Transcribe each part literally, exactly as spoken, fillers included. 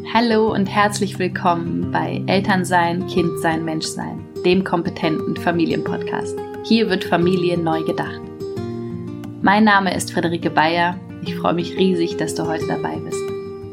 Hallo und herzlich willkommen bei Elternsein, Kindsein, Menschsein, dem kompetenten Familienpodcast. Hier wird Familie neu gedacht. Mein Name ist Friederike Bayer. Ich freue mich riesig, dass du heute dabei bist.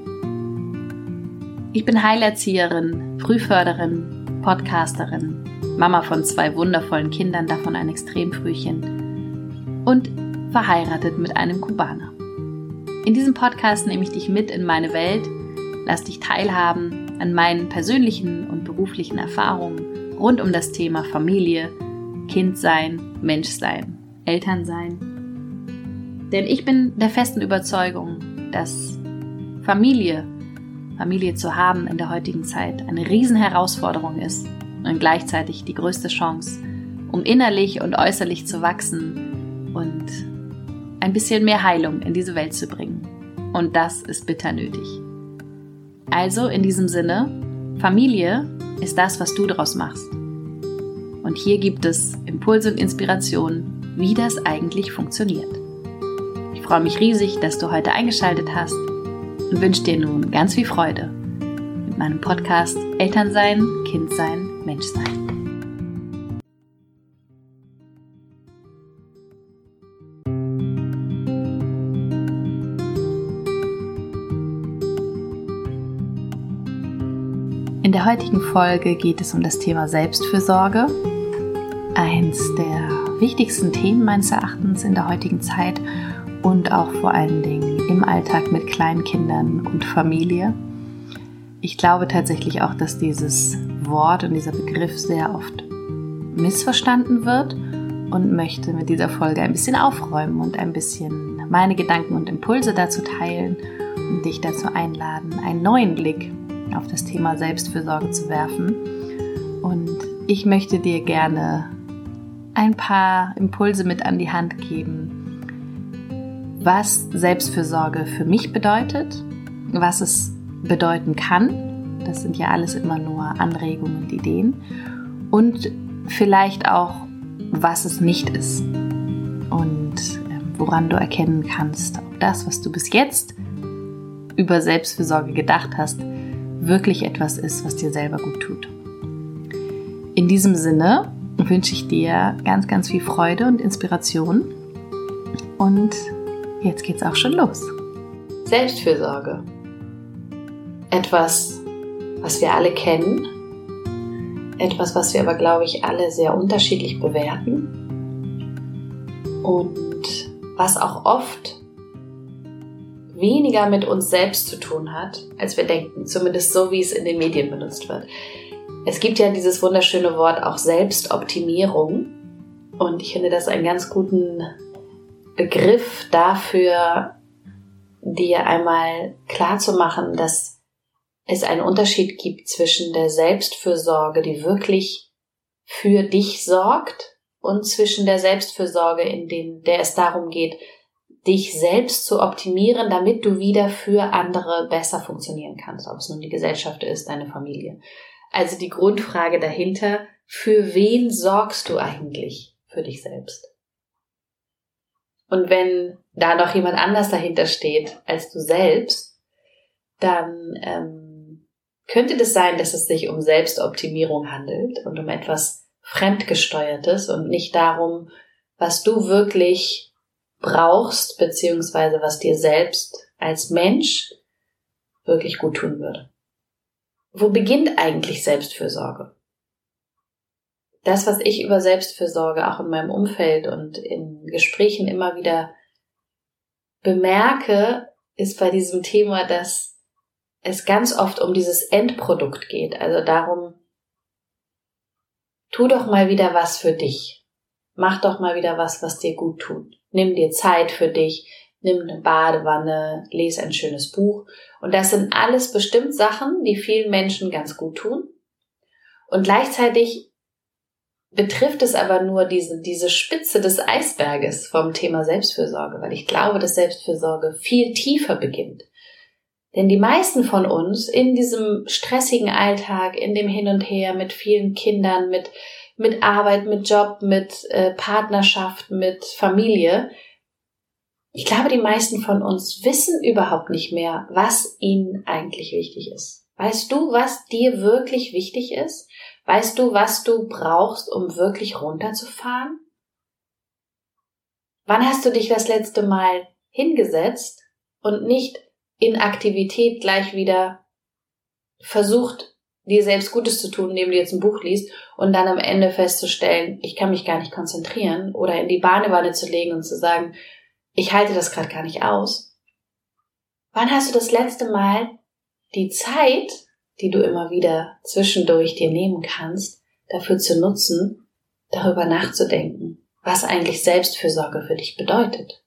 Ich bin Heilerzieherin, Frühförderin, Podcasterin, Mama von zwei wundervollen Kindern, davon ein Extremfrühchen und verheiratet mit einem Kubaner. In diesem Podcast nehme ich dich mit in meine Welt, lass dich teilhaben an meinen persönlichen und beruflichen Erfahrungen rund um das Thema Familie, Kindsein, Menschsein, Elternsein. Denn ich bin der festen Überzeugung, dass Familie, Familie zu haben in der heutigen Zeit eine Riesenherausforderung ist und gleichzeitig die größte Chance, um innerlich und äußerlich zu wachsen und ein bisschen mehr Heilung in diese Welt zu bringen. Und das ist bitter nötig. Also in diesem Sinne, Familie ist das, was du daraus machst. Und hier gibt es Impulse und Inspirationen, wie das eigentlich funktioniert. Ich freue mich riesig, dass du heute eingeschaltet hast und wünsche dir nun ganz viel Freude mit meinem Podcast Elternsein, Kindsein, Menschsein. In der heutigen Folge geht es um das Thema Selbstfürsorge, eins der wichtigsten Themen meines Erachtens in der heutigen Zeit und auch vor allen Dingen im Alltag mit Kleinkindern und Familie. Ich glaube tatsächlich auch, dass dieses Wort und dieser Begriff sehr oft missverstanden wird und möchte mit dieser Folge ein bisschen aufräumen und ein bisschen meine Gedanken und Impulse dazu teilen und dich dazu einladen, einen neuen Blick auf das Thema Selbstfürsorge zu werfen. Und ich möchte dir gerne ein paar Impulse mit an die Hand geben, was Selbstfürsorge für mich bedeutet, was es bedeuten kann. Das sind ja alles immer nur Anregungen und Ideen. Und vielleicht auch, was es nicht ist. Und woran du erkennen kannst, ob das, was du bis jetzt über Selbstfürsorge gedacht hast, wirklich etwas ist, was dir selber gut tut. In diesem Sinne wünsche ich dir ganz, ganz viel Freude und Inspiration. Und jetzt geht's auch schon los. Selbstfürsorge. Etwas, was wir alle kennen. Etwas, was wir aber, glaube ich, alle sehr unterschiedlich bewerten. Und was auch oft weniger mit uns selbst zu tun hat, als wir denken, zumindest so, wie es in den Medien benutzt wird. Es gibt ja dieses wunderschöne Wort auch Selbstoptimierung und ich finde das einen ganz guten Begriff dafür, dir einmal klarzumachen, dass es einen Unterschied gibt zwischen der Selbstfürsorge, die wirklich für dich sorgt, und zwischen der Selbstfürsorge, in den, der es darum geht, dich selbst zu optimieren, damit du wieder für andere besser funktionieren kannst, ob es nun die Gesellschaft ist, deine Familie. Also die Grundfrage dahinter, für wen sorgst du eigentlich für dich selbst? Und wenn da noch jemand anders dahinter steht als du selbst, dann ähm, könnte das sein, dass es sich um Selbstoptimierung handelt und um etwas Fremdgesteuertes und nicht darum, was du wirklich brauchst, beziehungsweise was dir selbst als Mensch wirklich gut tun würde. Wo beginnt eigentlich Selbstfürsorge? Das, was ich über Selbstfürsorge auch in meinem Umfeld und in Gesprächen immer wieder bemerke, ist bei diesem Thema, dass es ganz oft um dieses Endprodukt geht, also darum, tu doch mal wieder was für dich. Mach doch mal wieder was, was dir gut tut. Nimm dir Zeit für dich, nimm eine Badewanne, lese ein schönes Buch. Und das sind alles bestimmt Sachen, die vielen Menschen ganz gut tun. Und gleichzeitig betrifft es aber nur diese, diese Spitze des Eisberges vom Thema Selbstfürsorge, weil ich glaube, dass Selbstfürsorge viel tiefer beginnt. Denn die meisten von uns in diesem stressigen Alltag, in dem Hin und Her mit vielen Kindern, mit mit Arbeit, mit Job, mit äh, Partnerschaft, mit Familie. Ich glaube, die meisten von uns wissen überhaupt nicht mehr, was ihnen eigentlich wichtig ist. Weißt du, was dir wirklich wichtig ist? Weißt du, was du brauchst, um wirklich runterzufahren? Wann hast du dich das letzte Mal hingesetzt und nicht in Aktivität gleich wieder versucht, dir selbst Gutes zu tun, indem du jetzt ein Buch liest und dann am Ende festzustellen, ich kann mich gar nicht konzentrieren, oder in die Badewanne zu legen und zu sagen, ich halte das gerade gar nicht aus? Wann hast du das letzte Mal die Zeit, die du immer wieder zwischendurch dir nehmen kannst, dafür zu nutzen, darüber nachzudenken, was eigentlich Selbstfürsorge für dich bedeutet?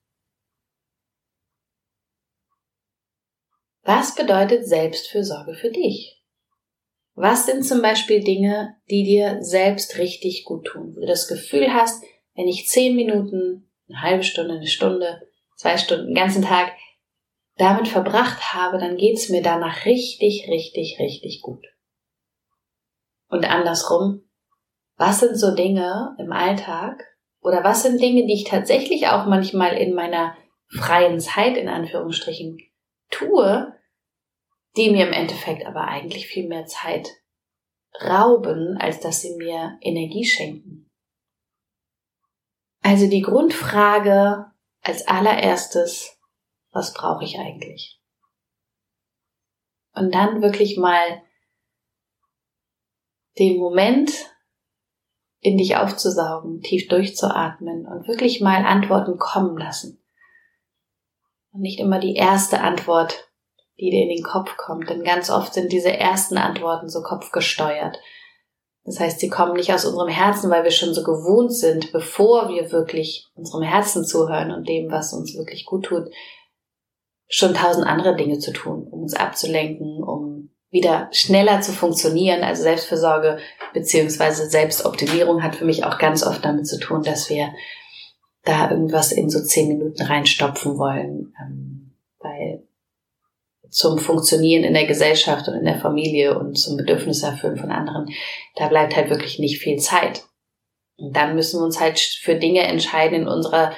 Was bedeutet Selbstfürsorge für dich? Was sind zum Beispiel Dinge, die dir selbst richtig gut tun? Wo du das Gefühl hast, wenn ich zehn Minuten, eine halbe Stunde, eine Stunde, zwei Stunden, den ganzen Tag damit verbracht habe, dann geht's mir danach richtig, richtig, richtig gut. Und andersrum, was sind so Dinge im Alltag oder was sind Dinge, die ich tatsächlich auch manchmal in meiner freien Zeit, in Anführungsstrichen, tue, die mir im Endeffekt aber eigentlich viel mehr Zeit rauben, als dass sie mir Energie schenken? Also die Grundfrage als allererstes, was brauche ich eigentlich? Und dann wirklich mal den Moment in dich aufzusaugen, tief durchzuatmen und wirklich mal Antworten kommen lassen. Und nicht immer die erste Antwort, die dir in den Kopf kommt, denn ganz oft sind diese ersten Antworten so kopfgesteuert. Das heißt, sie kommen nicht aus unserem Herzen, weil wir schon so gewohnt sind, bevor wir wirklich unserem Herzen zuhören und dem, was uns wirklich gut tut, schon tausend andere Dinge zu tun, um uns abzulenken, um wieder schneller zu funktionieren. Also Selbstfürsorge bzw. Selbstoptimierung hat für mich auch ganz oft damit zu tun, dass wir da irgendwas in so zehn Minuten reinstopfen wollen, ähm, weil zum Funktionieren in der Gesellschaft und in der Familie und zum Bedürfniserfüllen von anderen, da bleibt halt wirklich nicht viel Zeit. Und dann müssen wir uns halt für Dinge entscheiden in unserer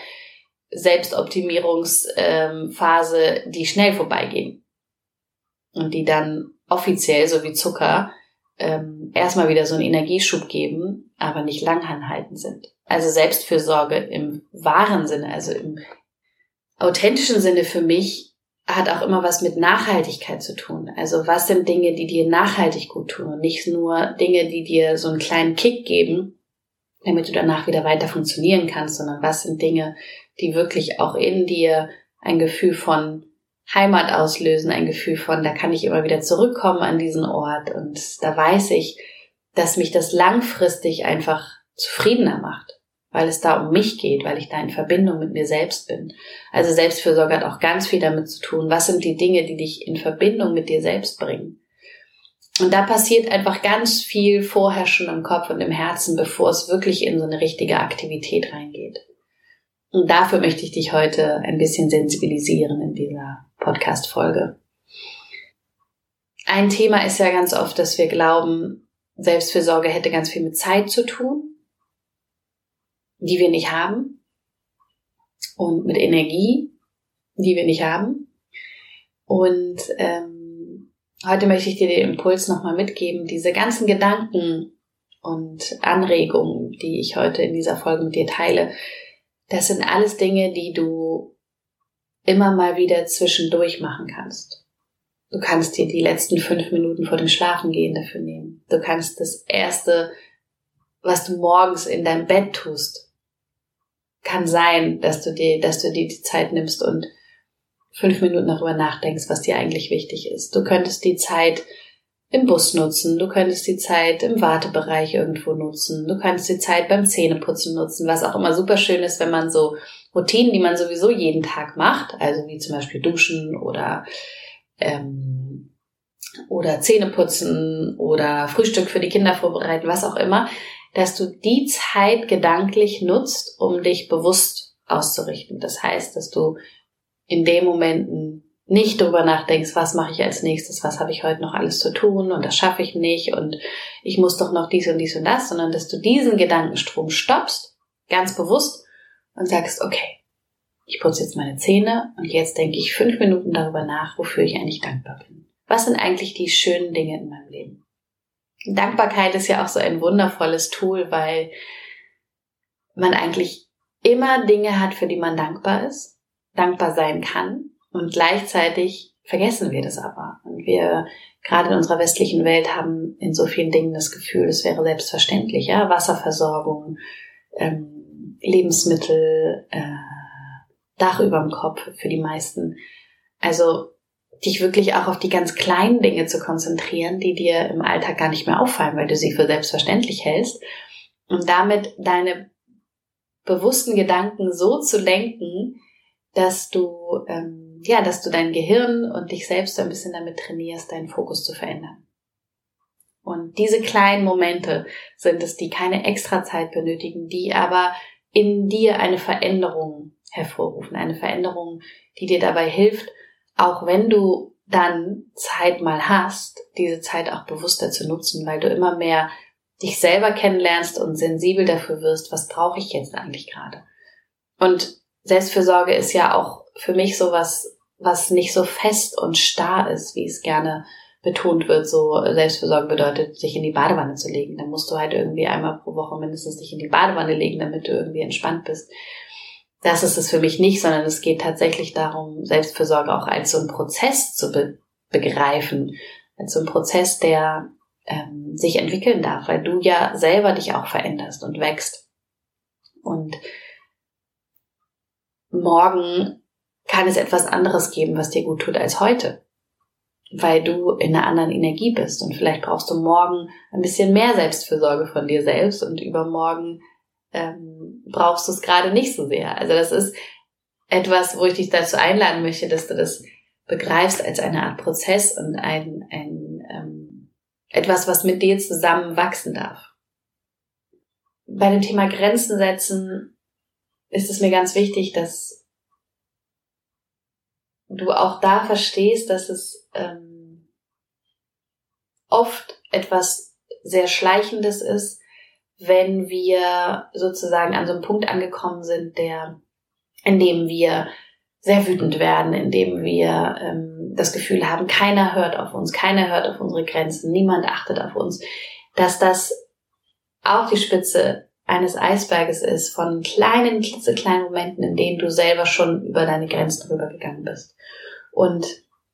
Selbstoptimierungsphase, die schnell vorbeigehen und die dann offiziell, so wie Zucker, ähm, erstmal wieder so einen Energieschub geben, aber nicht langanhaltend sind. Also Selbstfürsorge im wahren Sinne, also im authentischen Sinne für mich, hat auch immer was mit Nachhaltigkeit zu tun. Also was sind Dinge, die dir nachhaltig gut tun und nicht nur Dinge, die dir so einen kleinen Kick geben, damit du danach wieder weiter funktionieren kannst, sondern was sind Dinge, die wirklich auch in dir ein Gefühl von Heimat auslösen, ein Gefühl von, da kann ich immer wieder zurückkommen an diesen Ort und da weiß ich, dass mich das langfristig einfach zufriedener macht, weil es da um mich geht, weil ich da in Verbindung mit mir selbst bin. Also Selbstfürsorge hat auch ganz viel damit zu tun, was sind die Dinge, die dich in Verbindung mit dir selbst bringen. Und da passiert einfach ganz viel vorher schon im Kopf und im Herzen, bevor es wirklich in so eine richtige Aktivität reingeht. Und dafür möchte ich dich heute ein bisschen sensibilisieren in dieser Podcast-Folge. Ein Thema ist ja ganz oft, dass wir glauben, Selbstfürsorge hätte ganz viel mit Zeit zu tun, die wir nicht haben, und mit Energie, die wir nicht haben. Und ähm, heute möchte ich dir den Impuls nochmal mitgeben, diese ganzen Gedanken und Anregungen, die ich heute in dieser Folge mit dir teile, das sind alles Dinge, die du immer mal wieder zwischendurch machen kannst. Du kannst dir die letzten fünf Minuten vor dem Schlafengehen dafür nehmen. Du kannst das Erste, was du morgens in deinem Bett tust, kann sein, dass du dir, dass du dir die Zeit nimmst und fünf Minuten darüber nachdenkst, was dir eigentlich wichtig ist. Du könntest die Zeit im Bus nutzen, du könntest die Zeit im Wartebereich irgendwo nutzen, du kannst die Zeit beim Zähneputzen nutzen, was auch immer super schön ist, wenn man so Routinen, die man sowieso jeden Tag macht, also wie zum Beispiel Duschen oder ähm, oder Zähneputzen oder Frühstück für die Kinder vorbereiten, was auch immer, dass du die Zeit gedanklich nutzt, um dich bewusst auszurichten. Das heißt, dass du in den Momenten nicht drüber nachdenkst, was mache ich als nächstes, was habe ich heute noch alles zu tun und das schaffe ich nicht und ich muss doch noch dies und dies und das, sondern dass du diesen Gedankenstrom stoppst, ganz bewusst, und sagst, okay, ich putze jetzt meine Zähne und jetzt denke ich fünf Minuten darüber nach, wofür ich eigentlich dankbar bin. was sind eigentlich die schönen Dinge in meinem Leben? Dankbarkeit ist ja auch so ein wundervolles Tool, weil man eigentlich immer Dinge hat, für die man dankbar ist, dankbar sein kann, und gleichzeitig vergessen wir das aber. Und wir, gerade in unserer westlichen Welt, haben in so vielen Dingen das Gefühl, es wäre selbstverständlich, ja, Wasserversorgung, ähm, Lebensmittel, äh, Dach überm Kopf für die meisten. Also dich wirklich auch auf die ganz kleinen Dinge zu konzentrieren, die dir im Alltag gar nicht mehr auffallen, weil du sie für selbstverständlich hältst, und damit deine bewussten Gedanken so zu lenken, dass du ähm, ja, dass du dein Gehirn und dich selbst ein bisschen damit trainierst, deinen Fokus zu verändern. Und diese kleinen Momente sind es, die keine extra Zeit benötigen, die aber in dir eine Veränderung hervorrufen, eine Veränderung, die dir dabei hilft, auch wenn du dann Zeit mal hast, diese Zeit auch bewusster zu nutzen, weil du immer mehr dich selber kennenlernst und sensibel dafür wirst, was brauche ich jetzt eigentlich gerade. Und Selbstfürsorge ist ja auch für mich sowas, was nicht so fest und starr ist, wie es gerne betont wird. So, Selbstfürsorge bedeutet, sich in die Badewanne zu legen. Dann musst du halt irgendwie einmal pro Woche mindestens dich in die Badewanne legen, damit du irgendwie entspannt bist. Das ist es für mich nicht, sondern es geht tatsächlich darum, Selbstfürsorge auch als so einen Prozess zu be- begreifen. Als so einen Prozess, der ähm, sich entwickeln darf, weil du ja selber dich auch veränderst und wächst. Und morgen kann es etwas anderes geben, was dir gut tut als heute, weil du in einer anderen Energie bist, und vielleicht brauchst du morgen ein bisschen mehr Selbstfürsorge von dir selbst und übermorgen ähm, brauchst du es gerade nicht so sehr. Also das ist etwas, wo ich dich dazu einladen möchte, dass du das begreifst als eine Art Prozess und ein, ein ähm, etwas, was mit dir zusammen wachsen darf. Bei dem Thema Grenzen setzen ist es mir ganz wichtig, dass du auch da verstehst, dass es ähm, oft etwas sehr Schleichendes ist, wenn wir sozusagen an so einem Punkt angekommen sind, der, in dem wir sehr wütend werden, in dem wir ähm, das Gefühl haben, keiner hört auf uns, keiner hört auf unsere Grenzen, niemand achtet auf uns, dass das auch die Spitze eines Eisberges ist von kleinen, klitzekleinen Momenten, in denen du selber schon über deine Grenzen rübergegangen bist. Und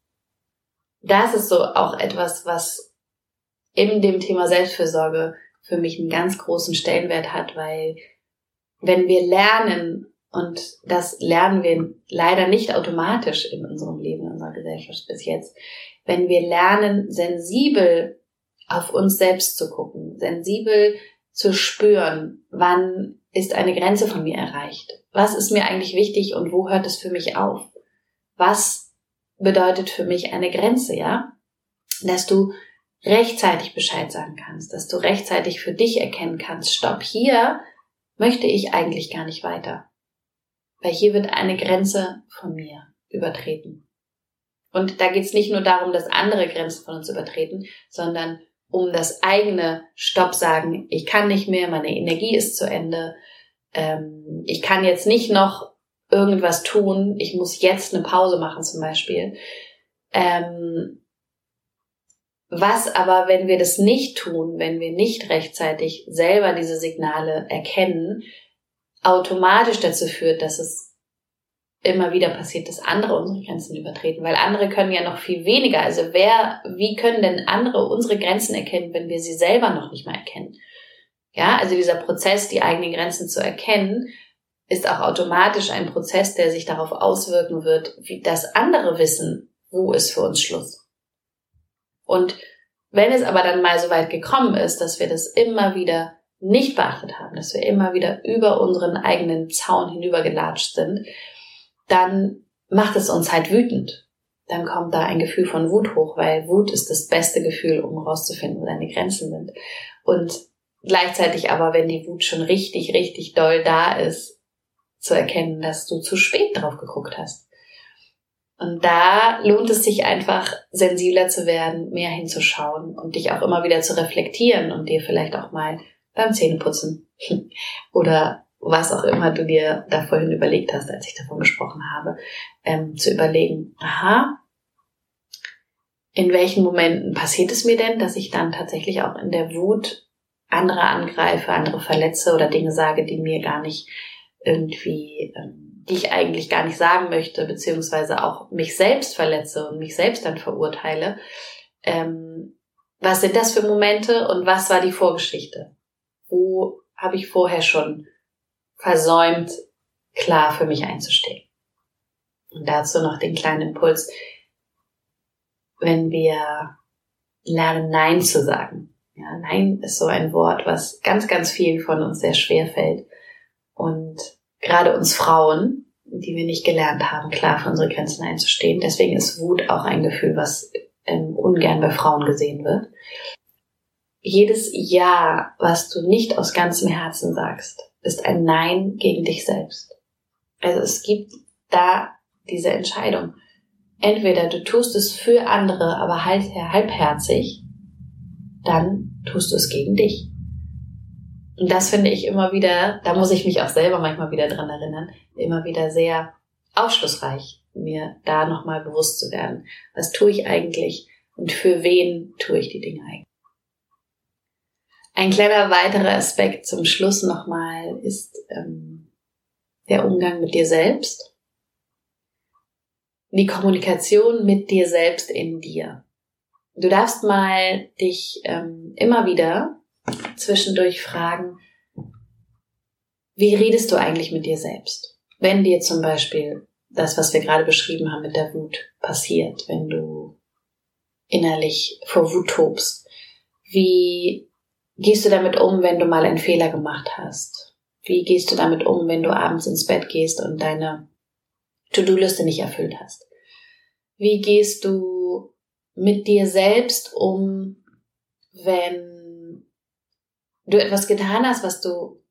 das ist so auch etwas, was in dem Thema Selbstfürsorge für mich einen ganz großen Stellenwert hat, weil wenn wir lernen, und das lernen wir leider nicht automatisch in unserem Leben, in unserer Gesellschaft bis jetzt, wenn wir lernen, sensibel auf uns selbst zu gucken, sensibel zu spüren, wann ist eine Grenze von mir erreicht, was ist mir eigentlich wichtig und wo hört es für mich auf, was bedeutet für mich eine Grenze, ja, dass du rechtzeitig Bescheid sagen kannst, dass du rechtzeitig für dich erkennen kannst, stopp, hier möchte ich eigentlich gar nicht weiter, weil hier wird eine Grenze von mir übertreten. Und da geht es nicht nur darum, dass andere Grenzen von uns übertreten, sondern um das eigene Stopp sagen, ich kann nicht mehr, meine Energie ist zu Ende, ähm, ich kann jetzt nicht noch irgendwas tun, ich muss jetzt eine Pause machen zum Beispiel. Ähm, was aber, wenn wir das nicht tun, wenn wir nicht rechtzeitig selber diese Signale erkennen, automatisch dazu führt, dass es immer wieder passiert, dass andere unsere Grenzen übertreten, weil andere können ja noch viel weniger. Also wer, wie können denn andere unsere Grenzen erkennen, wenn wir sie selber noch nicht mal erkennen? Ja, also dieser Prozess, die eigenen Grenzen zu erkennen, ist auch automatisch ein Prozess, der sich darauf auswirken wird, wie das andere wissen, wo ist für uns Schluss. Und wenn es aber dann mal so weit gekommen ist, dass wir das immer wieder nicht beachtet haben, dass wir immer wieder über unseren eigenen Zaun hinübergelatscht sind, dann macht es uns halt wütend. Dann kommt da ein Gefühl von Wut hoch, weil Wut ist das beste Gefühl, um rauszufinden, wo deine Grenzen sind. Und gleichzeitig aber, wenn die Wut schon richtig, richtig doll da ist, zu erkennen, dass du zu spät drauf geguckt hast. Und da lohnt es sich einfach, sensibler zu werden, mehr hinzuschauen und dich auch immer wieder zu reflektieren und dir vielleicht auch mal beim Zähneputzen oder was auch immer du dir da vorhin überlegt hast, als ich davon gesprochen habe, ähm, zu überlegen, aha, in welchen Momenten passiert es mir denn, dass ich dann tatsächlich auch in der Wut andere angreife, andere verletze oder Dinge sage, die mir gar nicht irgendwie, ähm, die ich eigentlich gar nicht sagen möchte, beziehungsweise auch mich selbst verletze und mich selbst dann verurteile. Ähm, was sind das für Momente und was war die Vorgeschichte? Wo habe ich vorher schon versäumt, klar für mich einzustehen? Und dazu noch den kleinen Impuls, wenn wir lernen, Nein zu sagen. Ja, Nein ist so ein Wort, was ganz, ganz vielen von uns sehr schwer fällt. Und gerade uns Frauen, die wir nicht gelernt haben, klar für unsere Grenzen einzustehen. Deswegen ist Wut auch ein Gefühl, was ähm, ungern bei Frauen gesehen wird. Jedes Ja, was du nicht aus ganzem Herzen sagst, ist ein Nein gegen dich selbst. Also es gibt da diese Entscheidung. Entweder du tust es für andere, aber halt halbherzig, dann tust du es gegen dich. Und das finde ich immer wieder, da muss ich mich auch selber manchmal wieder dran erinnern, immer wieder sehr aufschlussreich, mir da nochmal bewusst zu werden. Was tue ich eigentlich und für wen tue ich die Dinge eigentlich? Ein kleiner weiterer Aspekt zum Schluss nochmal ist ähm, der Umgang mit dir selbst. Die Kommunikation mit dir selbst in dir. Du darfst mal dich ähm, immer wieder zwischendurch fragen, wie redest du eigentlich mit dir selbst? Wenn dir zum Beispiel das, was wir gerade beschrieben haben mit der Wut, passiert, wenn du innerlich vor Wut tobst, wie gehst du damit um, wenn du mal einen Fehler gemacht hast? Wie gehst du damit um, wenn du abends ins Bett gehst und deine To-Do-Liste nicht erfüllt hast? Wie gehst du mit dir selbst um, wenn du etwas getan hast, was du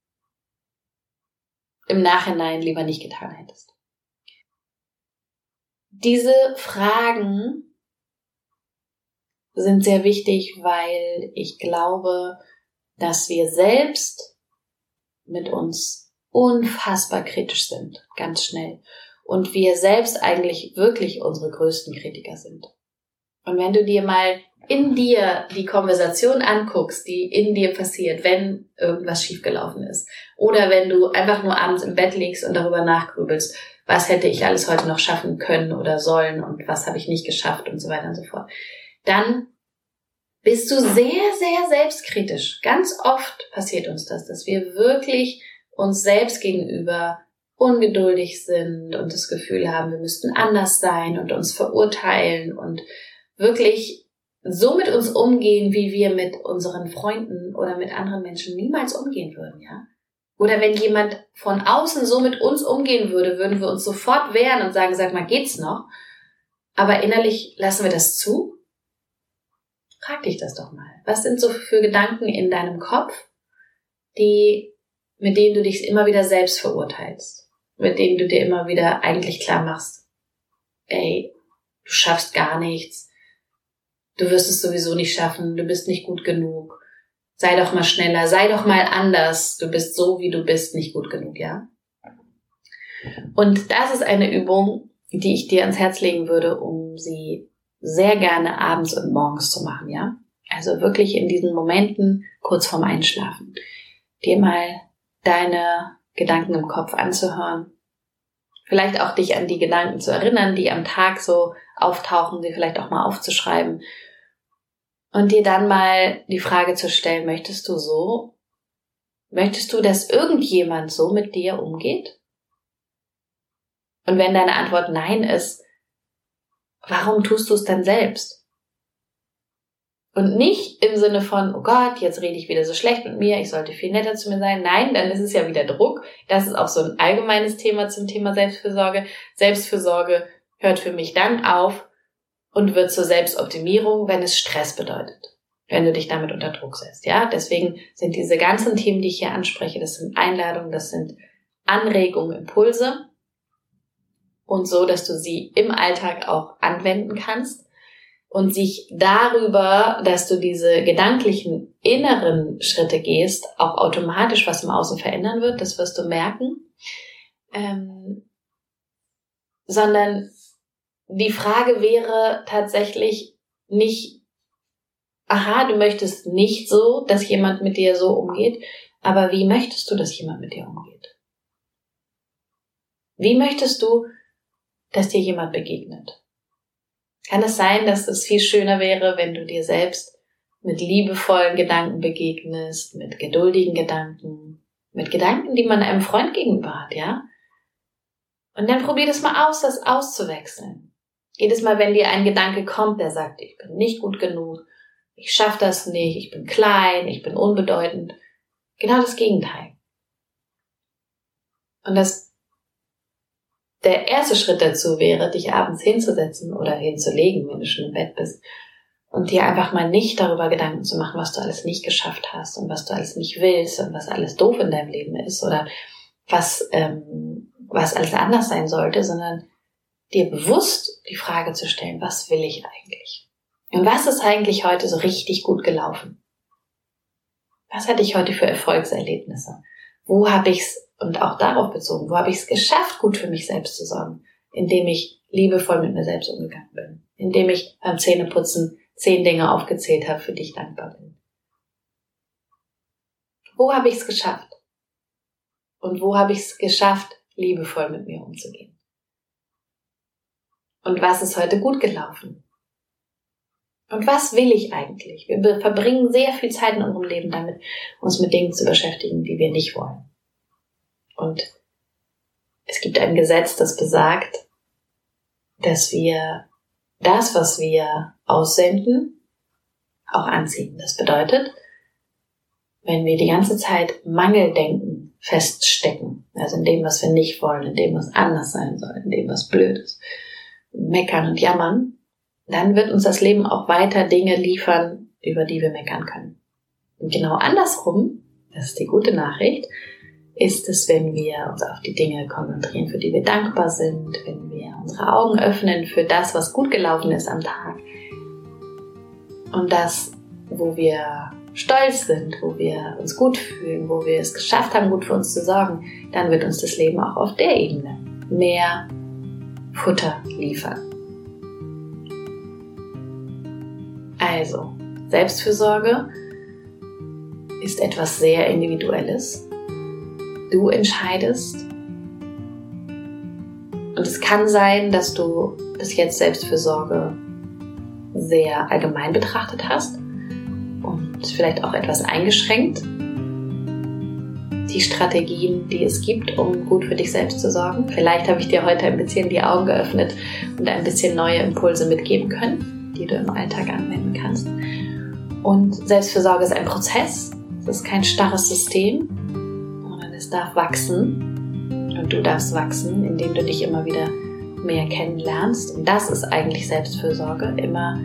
im Nachhinein lieber nicht getan hättest? Diese Fragen sind sehr wichtig, weil ich glaube, dass wir selbst mit uns unfassbar kritisch sind, ganz schnell. Und wir selbst eigentlich wirklich unsere größten Kritiker sind. Und wenn du dir mal in dir die Konversation anguckst, die in dir passiert, wenn irgendwas schiefgelaufen ist, oder wenn du einfach nur abends im Bett liegst und darüber nachgrübelst, was hätte ich alles heute noch schaffen können oder sollen und was habe ich nicht geschafft und so weiter und so fort, dann bist du sehr, sehr selbstkritisch. Ganz oft passiert uns das, dass wir wirklich uns selbst gegenüber ungeduldig sind und das Gefühl haben, wir müssten anders sein und uns verurteilen und wirklich so mit uns umgehen, wie wir mit unseren Freunden oder mit anderen Menschen niemals umgehen würden, ja? Oder wenn jemand von außen so mit uns umgehen würde, würden wir uns sofort wehren und sagen, sag mal, geht's noch? Aber innerlich lassen wir das zu? Frag dich das doch mal. Was sind so für Gedanken in deinem Kopf, die, mit denen du dich immer wieder selbst verurteilst? Mit denen du dir immer wieder eigentlich klar machst, ey, du schaffst gar nichts, du wirst es sowieso nicht schaffen, du bist nicht gut genug, sei doch mal schneller, sei doch mal anders, du bist so, wie du bist, nicht gut genug, ja? Und das ist eine Übung, die ich dir ans Herz legen würde, um sie sehr gerne abends und morgens zu machen, ja? Also wirklich in diesen Momenten kurz vorm Einschlafen, dir mal deine Gedanken im Kopf anzuhören. Vielleicht auch dich an die Gedanken zu erinnern, die am Tag so auftauchen, sie vielleicht auch mal aufzuschreiben. Und dir dann mal die Frage zu stellen, möchtest du so, möchtest du, dass irgendjemand so mit dir umgeht? Und wenn deine Antwort Nein ist, warum tust du es dann selbst? Und nicht im Sinne von, oh Gott, jetzt rede ich wieder so schlecht mit mir, ich sollte viel netter zu mir sein. Nein, dann ist es ja wieder Druck. Das ist auch so ein allgemeines Thema zum Thema Selbstfürsorge. Selbstfürsorge hört für mich dann auf und wird zur Selbstoptimierung, wenn es Stress bedeutet. Wenn du dich damit unter Druck setzt. Ja, deswegen sind diese ganzen Themen, die ich hier anspreche, das sind Einladungen, das sind Anregungen, Impulse. Und so, dass du sie im Alltag auch anwenden kannst. Und sich darüber, dass du diese gedanklichen inneren Schritte gehst, auch automatisch was im Außen verändern wird, das wirst du merken. Ähm, sondern die Frage wäre tatsächlich, nicht, aha, du möchtest nicht so, dass jemand mit dir so umgeht, aber wie möchtest du, dass jemand mit dir umgeht? Wie möchtest du, dass dir jemand begegnet? Kann es sein, dass es viel schöner wäre, wenn du dir selbst mit liebevollen Gedanken begegnest, mit geduldigen Gedanken, mit Gedanken, die man einem Freund gegenüber hat, ja? Und dann probier das mal aus, das auszuwechseln. Jedes Mal, wenn dir ein Gedanke kommt, der sagt, ich bin nicht gut genug, ich schaffe das nicht, ich bin klein, ich bin unbedeutend, genau das Gegenteil. Und das, der erste Schritt dazu wäre, dich abends hinzusetzen oder hinzulegen, wenn du schon im Bett bist, und dir einfach mal nicht darüber Gedanken zu machen, was du alles nicht geschafft hast und was du alles nicht willst und was alles doof in deinem Leben ist oder was, ähm, was alles anders sein sollte, sondern dir bewusst die Frage zu stellen, was will ich eigentlich? Und was ist eigentlich heute so richtig gut gelaufen? Was hatte ich heute für Erfolgserlebnisse? Wo habe ich's, und auch darauf bezogen, wo habe ich es geschafft, gut für mich selbst zu sorgen? Indem ich liebevoll mit mir selbst umgegangen bin. Indem ich beim Zähneputzen zehn Dinge aufgezählt habe, für die ich dankbar bin. Wo habe ich es geschafft? Und wo habe ich es geschafft, liebevoll mit mir umzugehen? Und was ist heute gut gelaufen? Und was will ich eigentlich? Wir verbringen sehr viel Zeit in unserem Leben damit, uns mit Dingen zu beschäftigen, die wir nicht wollen. Und es gibt ein Gesetz, das besagt, dass wir das, was wir aussenden, auch anziehen. Das bedeutet, wenn wir die ganze Zeit Mangeldenken feststecken, also in dem, was wir nicht wollen, in dem, was anders sein soll, in dem, was blöd ist, meckern und jammern, dann wird uns das Leben auch weiter Dinge liefern, über die wir meckern können. Und genau andersrum, das ist die gute Nachricht, ist es, wenn wir uns auf die Dinge konzentrieren, für die wir dankbar sind, wenn wir unsere Augen öffnen für das, was gut gelaufen ist am Tag und das, wo wir stolz sind, wo wir uns gut fühlen, wo wir es geschafft haben, gut für uns zu sorgen, dann wird uns das Leben auch auf der Ebene mehr Futter liefern. Also, Selbstfürsorge ist etwas sehr Individuelles. Du entscheidest. Und es kann sein, dass du bis jetzt Selbstfürsorge sehr allgemein betrachtet hast und vielleicht auch etwas eingeschränkt. Die Strategien, die es gibt, um gut für dich selbst zu sorgen. Vielleicht habe ich dir heute ein bisschen die Augen geöffnet und ein bisschen neue Impulse mitgeben können, die du im Alltag anwenden kannst. Und Selbstfürsorge ist ein Prozess. Es ist kein starres System. Es darf wachsen und du darfst wachsen, indem du dich immer wieder mehr kennenlernst. Und das ist eigentlich Selbstfürsorge, immer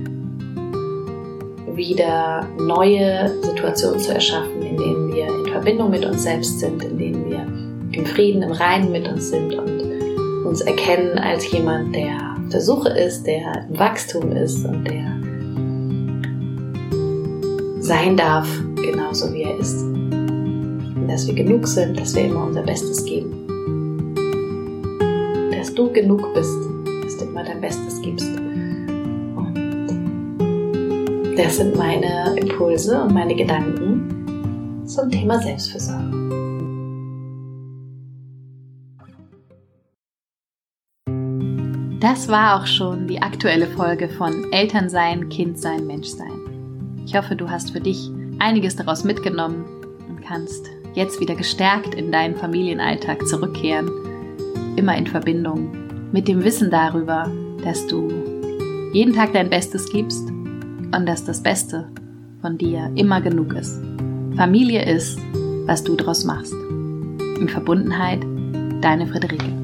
wieder neue Situationen zu erschaffen, in denen wir in Verbindung mit uns selbst sind, in denen wir im Frieden, im Reinen mit uns sind und uns erkennen als jemand, der auf der Suche ist, der im Wachstum ist und der sein darf, genauso wie er ist. Dass wir genug sind, dass wir immer unser Bestes geben. Dass du genug bist, dass du immer dein Bestes gibst. Und das sind meine Impulse und meine Gedanken zum Thema Selbstfürsorge. Das war auch schon die aktuelle Folge von Elternsein, Kindsein, Menschsein. Ich hoffe, du hast für dich einiges daraus mitgenommen und kannst jetzt wieder gestärkt in deinen Familienalltag zurückkehren, immer in Verbindung mit dem Wissen darüber, dass du jeden Tag dein Bestes gibst und dass das Beste von dir immer genug ist. Familie ist, was du daraus machst. In Verbundenheit, deine Friederike.